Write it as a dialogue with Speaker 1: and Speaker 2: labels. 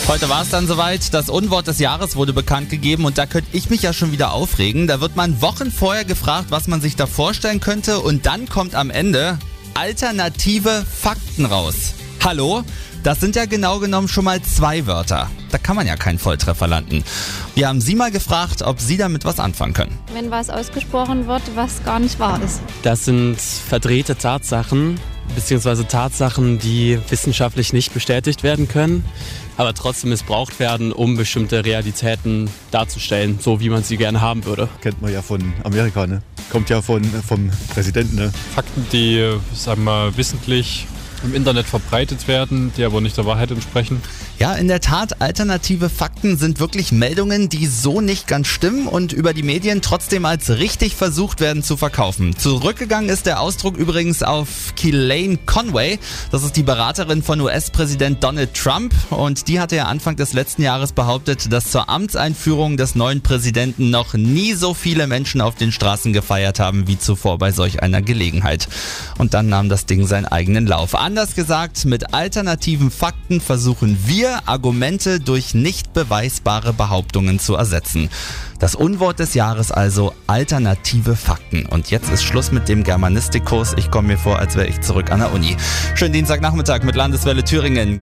Speaker 1: Heute war es dann soweit, das Unwort des Jahres wurde bekannt gegeben und da könnte ich mich ja schon wieder aufregen. Da wird man Wochen vorher gefragt, was man sich da vorstellen könnte und dann kommt am Ende alternative Fakten raus. Hallo? Das sind ja genau genommen schon mal 2 Wörter. Da kann man ja keinen Volltreffer landen. Wir haben Sie mal gefragt, ob Sie damit was anfangen können.
Speaker 2: Wenn was ausgesprochen wird, was gar nicht wahr ist.
Speaker 3: Das sind verdrehte Tatsachen, beziehungsweise Tatsachen, die wissenschaftlich nicht bestätigt werden können, aber trotzdem missbraucht werden, um bestimmte Realitäten darzustellen, so wie man sie gerne haben würde.
Speaker 4: Kennt man ja von Amerika, ne? Kommt ja vom Präsidenten, ne?
Speaker 5: Fakten, die, sagen wir mal, wissentlich im Internet verbreitet werden, die aber nicht der Wahrheit entsprechen.
Speaker 1: Ja, in der Tat, alternative Fakten sind wirklich Meldungen, die so nicht ganz stimmen und über die Medien trotzdem als richtig versucht werden zu verkaufen. Zurückgegangen ist der Ausdruck übrigens auf Kellyanne Conway. Das ist die Beraterin von US-Präsident Donald Trump und die hatte ja Anfang des letzten Jahres behauptet, dass zur Amtseinführung des neuen Präsidenten noch nie so viele Menschen auf den Straßen gefeiert haben wie zuvor bei solch einer Gelegenheit. Und dann nahm das Ding seinen eigenen Lauf. Anders gesagt, mit alternativen Fakten versuchen wir, Argumente durch nicht beweisbare Behauptungen zu ersetzen. Das Unwort des Jahres also alternative Fakten. Und jetzt ist Schluss mit dem Germanistikkurs. Ich komme mir vor, als wäre ich zurück an der Uni. Schönen Dienstagnachmittag mit Landeswelle Thüringen.